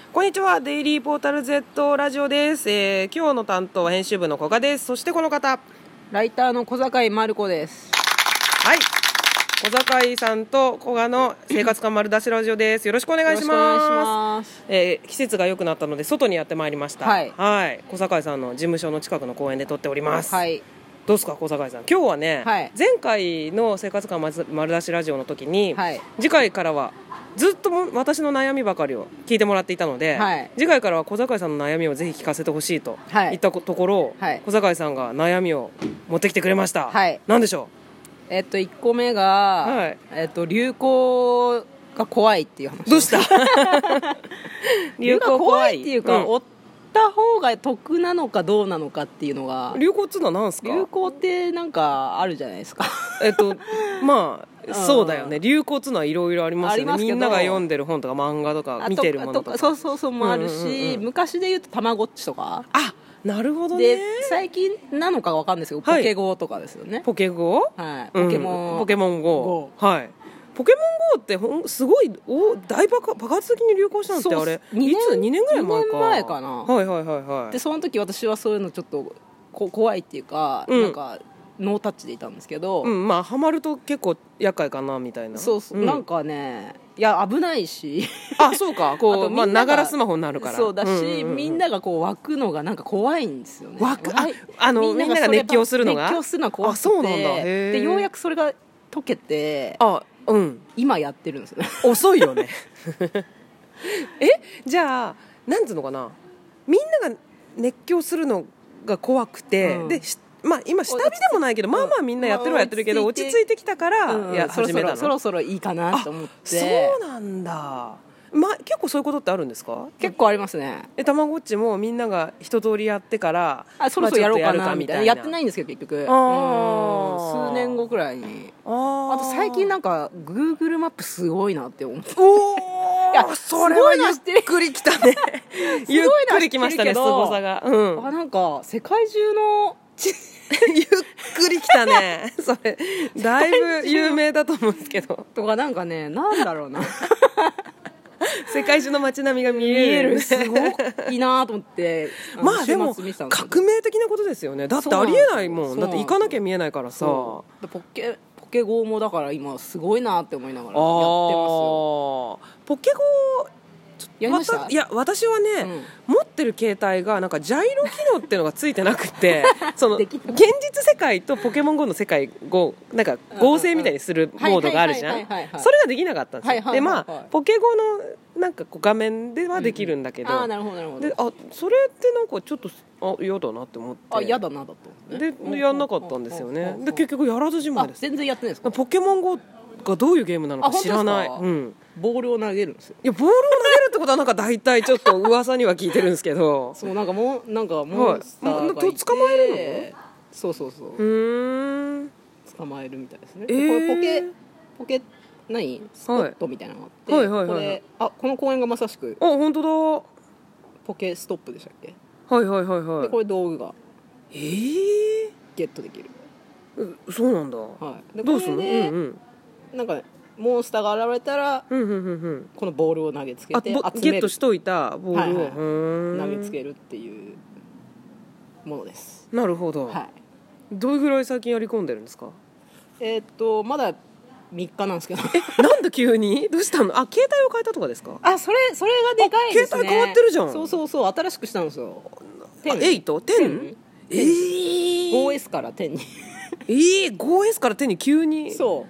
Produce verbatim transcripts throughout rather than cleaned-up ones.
こんにちは。デイリーポータル Z ラジオです、えー、今日の担当は編集部の古賀です。そしてこの方、 ライターの小坂まる子です。 はい、小坂さんと古賀の生活感丸出しラジオです。よろしくお願いします。えー、季節が良くなったので外にやってまいりました。はい、はい、小坂さんの事務所の近くの公園で撮っております。はい、どうですか小坂さん、今日はね、はい、前回の生活感丸出しラジオの時に、はい、次回からはずっとも私の悩みばかりを聞いてもらっていたので、はい、次回からは小坂さんの悩みをぜひ聞かせてほしいと言ったところ、はい、小坂さんが悩みを持ってきてくれました。はい、何でしょう。えっといっこめが、はい、えっと流行が怖いっていう話。 どうした流行怖いっていうか、うん、追った方が得なのかどうなのかっていうのが。 流行っていうのは何ですか。 流行ってなんかあるじゃないですかえっとまあそうだよね。流行っていうのはいろいろありますよね。みんなが読んでる本とか漫画とか見てるものとか、 そうそうそうもあるし、うんうんうん、昔で言うとたまごっちとか。 あ、なるほどね。 で最近なのかわかんないですけど、はい、ポケゴーとかですよね。 ポケゴー、 はい、ポケモン、 うん、ポケモン ゴー、はい、ポケモン ゴーってほんすごいお大爆発的に流行したのってあれいつにねんぐらい前か。にねんまえかな。はいはいはいはい。 でその時私はそういうのちょっとこ怖いっていうか、うん、なんかノータッチでいたんですけど、 うん、まあハマると結構厄介かなみたいな。 そうそう、うん、なんかね、いや危ないしあ、そうか、こうまあながらスマホになるからそうだし、うんうんうん、みんながこう湧くのがなんか怖いんですよね。 湧く、あ、あのみんなが熱狂するのが熱狂するのは怖くて。 あ、そうなんだ。へでようやくそれが解けて、 あ、うん、 今やってるんですよね。 遅いよねえ、じゃあなんつうのかな、みんなが熱狂するのが怖くて、うん、でまあ、今下火でもないけど、まあまあみんなやってるはやってるけど、落ち着いてきたから、うん、いや始めたの。 そろそろいいかなと思って。 そうなんだ。まあ、結構そういうことってあるんですか。 結構ありますね。 え、たまごっちもみんなが一通りやってから、 あ、そろそろやろうかなみたいな。やってないんですけど結局。あ、数年後くらいに。ああと最近なんか Google マップすごいなって思って。おいや、それはゆっくりきたねゆっくりきましたね、すごさが。うん、 あ、なんか世界中のゆっくりきたねそれだいぶ有名だと思うんですけどとか、なんかね、なんだろうな世界中の街並みが見える、 見える、すごいいいなと思ってまあでも革命的なことですよね。だってありえないもん。だって行かなきゃ見えないからさ。ポケポケゴーもだから今すごいなって思いながらやってますよ。 ポケゴーやりました？ いや私はね、うん、持ってる携帯がなんかジャイロ機能っていうのがついてなくてその現実世界とポケモン ゴー の世界をなんか合成みたいにするモードがあるじゃん。それができなかったんですよ。でまあポケゴーのなんかこう画面ではできるんだけど、うん、あ、なるほどなるほど。で、あ、それってなんかちょっとあ嫌だなって思って、 あ、嫌だなだと、 ね、でやんなかったんですよね。で結局やらずじまいです。 全然やってないですか。 ポケモン ゴー がどういうゲームなのか知らない。うん、 ボールを投げるんですよ。 いやボールを投げるってことはなんか大体ちょっと噂には聞いてるんですけどそう、なんかもうなんかモンスターがいて、 捕まえるの。 そうそうそう、 うーん、 捕まえるみたいですね。えー、これポケポケ何スポットみたいなのがあって、はいはいはいはい、これ、あ、この公園がまさしく、 あ、本当だ、 ポケストップでしたっけ。 はいはいはいはい。 でこれ道具がえー、 ゲットできる。 うそうなんだ。 はい。でどうするの。うんうん、 なんか、ね、モンスターが現れたら、うんうんうんうん、このボールを投げつけて集める、 ゲットしといたボールを、はいはい、 投げつけるっていうものです。 なるほど、はい、どれぐらい最近やり込んでるんですか。 えー、っとまだみっかなんですけどえ、なんで急にどうしたの。あ、携帯を変えたとかですか。 あ、それそれがでかいですね。 携帯変わってるじゃん。 そうそうそう、新しくしたんですよ。 エイト、テン、えー、 ゴーエス からテンにえー、ゴーエス からテンに急に。そう、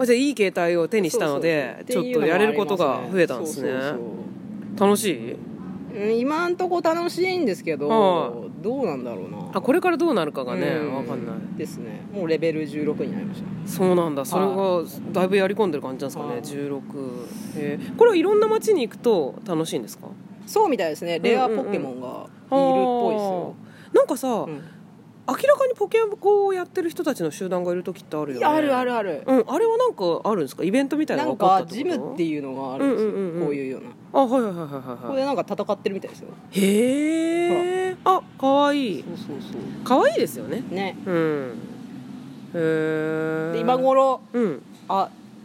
じゃあいい携帯を手にしたので、そうそうそう、ちょっとやれることが増えたんですね。そうそうそう、楽しい。 今んとこ楽しいんですけど、はあ、どうなんだろうな。 あ、これからどうなるかがね、分かんないですね。もうレベルじゅうろくになりました。 そうなんだ。それがだいぶやり込んでる感じなんですかね、はあ、じゅうろく。えー、これはいろんな街に行くと楽しいんですか。 そうみたいですね。レアポケモンがいるっぽいですよ。 なんかさ、うん、明らかにポケモンをやってる人たちの集団がいる時ってあるよね。 あるあるある、 うん、あれはなんかあるんですか。イベントみたいなのが起こったってこと。 なんかジムっていうのがあるんですよ、うんうんうんうん、こういうような。 あ、はいはいはいはいはい。 これでなんか戦ってるみたいですよ。 へえ、あ、かわいい。 そうそうそう、 かわいいですよね。ね、うん、へえ。 で今頃、 うん、 あ、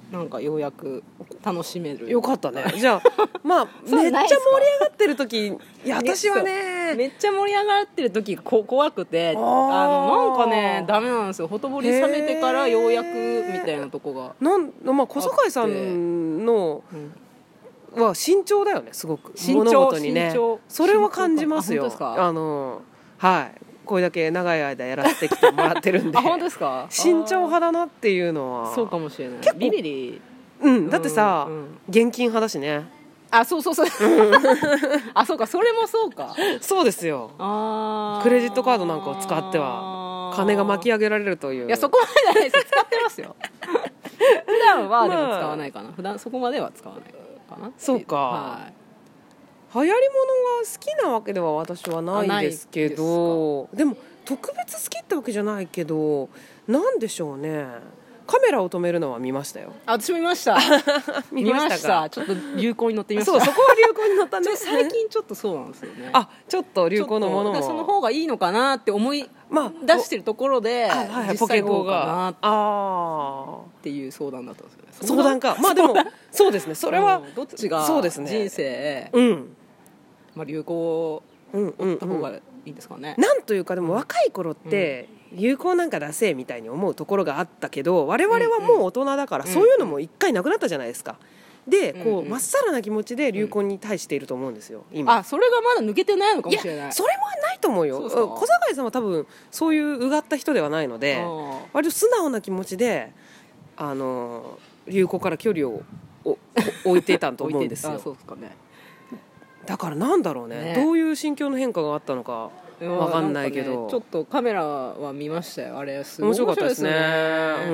なんかようやく楽しめる。 よかったね。じゃあまあめっちゃ盛り上がってる時、いや私はねめっちゃ盛り上がってる時こ怖くて、あのなんかねダメなんですよ。ほとぼり冷めてからようやくみたいなとこがなんまあ小堺さんの、うん、は慎重だよね、すごく物事にね。それは感じますよ。あのはいこれだけ長い間やらせてきてもらってるんであ本当ですか。 慎重派だなっていうのはそうかもしれない。結構ビビリ、 うん、だってさ、うんうん、現金派だしね。 あそうそうそうあそうか、それもそうか。 そうですよ。あクレジットカードなんかを使っては金が巻き上げられるという。 いやそこまでじゃないですよ、使ってますよ普段はでも使わないかな、まあ、普段そこまでは使わないかな。 そうか、はい流行り物が好きなわけでは私はないですけど、でも特別好きってわけじゃないけど、なんでしょうね、カメラを止めるのは見ましたよ。 あ私も見ました見ましたか。ちょっと流行に乗ってみました。 そうそこは流行に乗ったね最近ちょっとそうなんですよね。 あちょっと流行のものもその方がいいのかなって思い出してるところで、まあはいはい、 ポケゴーがあっていう相談だったんですよね。 相談か。まあでもそうですね、それは、 うん、どっちが人生、 うんまあ、流行を追った方がいいんですかね、 うんうんうん、なんというかでも若い頃って流行なんか出せみたいに思うところがあったけど、我々はもう大人だからそういうのも一回なくなったじゃないですか。でこうまっさらな気持ちで流行に対していると思うんですよ今。 あそれがまだ抜けてないのかもしれない。 いやそれもないと思うよ。小堺さんは多分そういううがった人ではないので、割と素直な気持ちであの流行から距離を置いていたと思うんですよそうですかね。 だからなんだろう ね, ねどういう心境の変化があったのか分かんないけど、 ね、ちょっとカメラは見ましたよ。あれすごい面白かったですね。うん、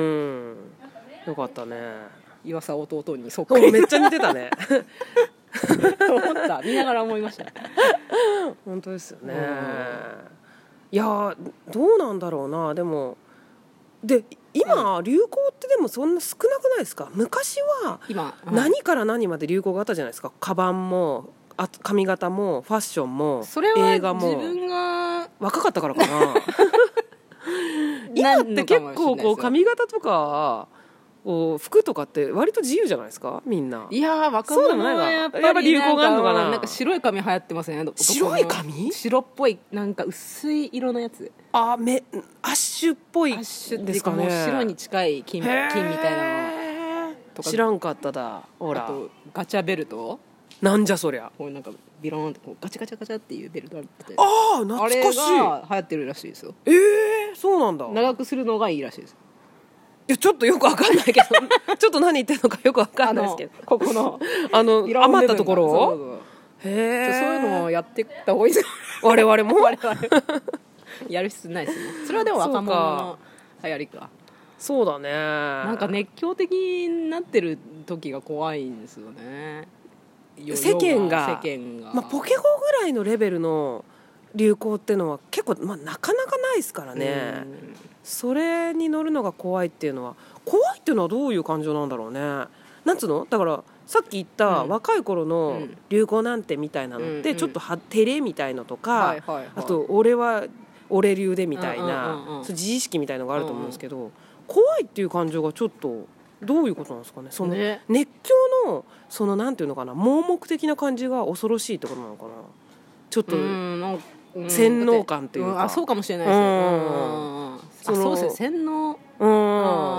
よかったね。 岩佐弟にそっくりめっちゃ似てたね思った見ながら思いました本当ですよね。いやどうなんだろうな。でもで今、うん、流行ってでもそんな少なくないですか。昔は何から何まで流行があったじゃないですか。カバンもあ髪型もファッションも映画も。 それは自分が若かったからかな今って結構こう髪型とかこう服とかって割と自由じゃないですかみんな。 いや若者はやっぱりやっぱ流行があるのかな。 なんか白い髪流行ってますね。 白い髪白っぽいなんか薄い色のやつ。 あめアッシュっぽいですかね。 もう白に近い金、金みたいなのとか知らんかっただ。ほらあとガチャベルトなんじゃそりゃ。 こうなんかビローンってこうガチャガチャガチャっていうベルトあってて、 ああ懐かしい。あれが流行ってるらしいですよ。 ええー、そうなんだ。 長くするのがいいらしいです。 いやちょっとよくわかんないけどちょっと何言ってるのかよくわかんないですけどここのあの余ったところをそうそうへえそういうのをやっていった方がいいです我々も我々やる必要ないですね。それはでも若者の流行りか。そうだね。なんか熱狂的になってる時が怖いんですよね。 世間が世間が、 まあ、ポケゴぐらいのレベルの流行っていうのは結構、まあ、なかなかないですからね。それに乗るのが怖いっていうのは怖いっていうのはどういう感情なんだろうね。なんつうのだからさっき言った、うん、若い頃の流行なんてみたいなのって、うん、ちょっとは照れみたいのとか、うんうん、あと俺は俺流でみたいな、うんうんうんうん、そう自意識みたいのがあると思うんですけど、うんうん、怖いっていう感情がちょっとどういうことなんですかね。その熱狂のそのなんていうのかな盲目的な感じが恐ろしいってことなのかな。ちょっと洗脳感というか、うん、 あそうかもしれないですよ、うんうん、そ, そうですね洗脳、 うん、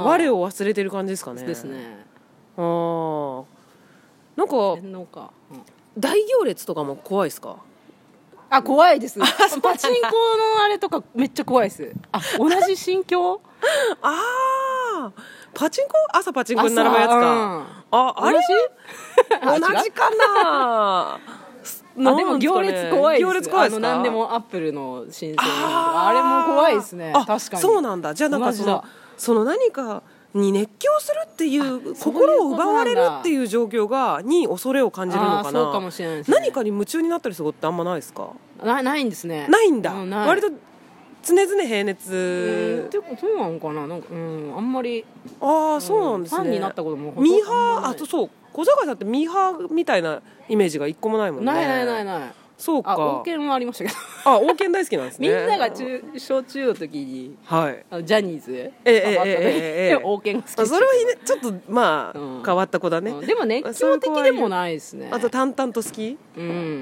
我を忘れてる感じですかね。 ですね。 あなんか洗脳か、うん、 大行列とかも怖いですか。 あ怖いです。パチンコのあれとかめっちゃ怖いです。あ同じ心境ああパチンコ朝パチンコに並ぶやつか、うん、ああれ同じかなあでも行列怖いです。行列怖いですか。あの何でもアップルの申請 あ, あれも怖いですね。確かにそうなんだ。じゃあなんかそのその何かに熱狂するっていう心を奪われるっていう状況がに恐れを感じるのかな。 そうかもしれないですね。 何かに夢中になったりすることってあんまないですか。 な, ないんですね。 ないんだ、 うん、ない割と常々平熱ってそうなのかな。なんか、うん、あんまりああそうなんですね、 ファンになったこともほとんどミーハーあとそう小坂さんってミーハーみたいなイメージが一個もないもんね。 ないないないない。 そうか。 あ、王権はありましたけどあ、王権大好きなんですね。 みんなが中小中の時に、 はい、 あのジャニーズええええええ王権が好き。 それはちょっとまあ、うん、変わった子だね、 うん、でも熱狂的でもないですね。 あと淡々と好き。うん、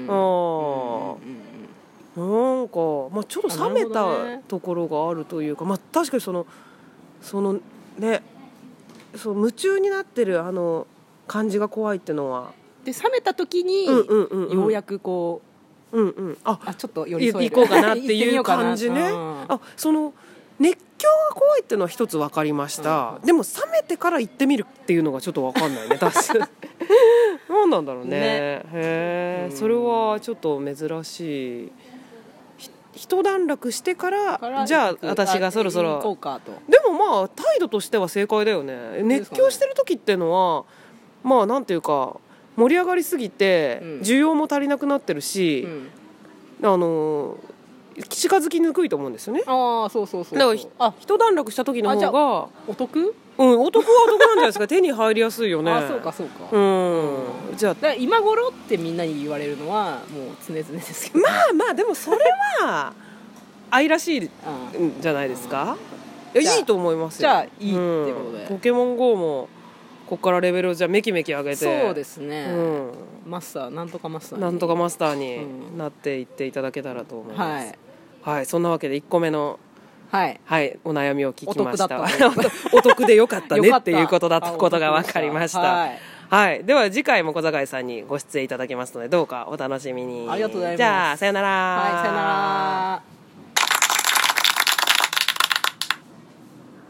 ああ、うんうん、なんか、まあ、ちょっと冷めたところがあるというか、まあ、確かにそのそのね、そう夢中になってるあの感じが怖いっていうのは、 で冷めた時に、うんうんうんうん、ようやくこう、うんうん、ああちょっと寄り添える行こうかなっていう感じね、うん、あその熱狂が怖いっていうのは一つ分かりました、うん、でも冷めてから行ってみるっていうのがちょっと分かんないね何なんだろうね、ね、へえ、うん、それはちょっと珍しい。一段落してからじゃあ私がそろそろ行こうかと。 でもまあ態度としては正解だよね。熱狂してる時っていうのはまあなんていうか盛り上がりすぎて需要も足りなくなってるし、うん、あの近づきにくいと思うんですよね。 ああそうそうそうそう。 だからあ一段落した時の方がお得？ うん、お得はお得なんじゃないですか。手に入りやすいよね。 あそうかそうか。 うん。じゃあだから今頃ってみんなに言われるのはもう常々ですけど。 まあまあでもそれは愛らしいんじゃないですか。いやいいと思いますよ。 じゃあいいってことで。 うん、ポケモン ゴー もここからレベルをじゃあメキメキ上げて。 そうですね。うん、マスターなんとかマスターになんとかマスターになっていっていただけたらと思います。はい、はい、そんなわけでいっこめのはい、はい、お悩みを聞きました。お得でよかったねっていうことだったことが分かりました。はい、はい、では次回も小坂井さんにご出演いただきますのでどうかお楽しみに。 ありがとうございます。 じゃあさよなら。 はい、さよなら。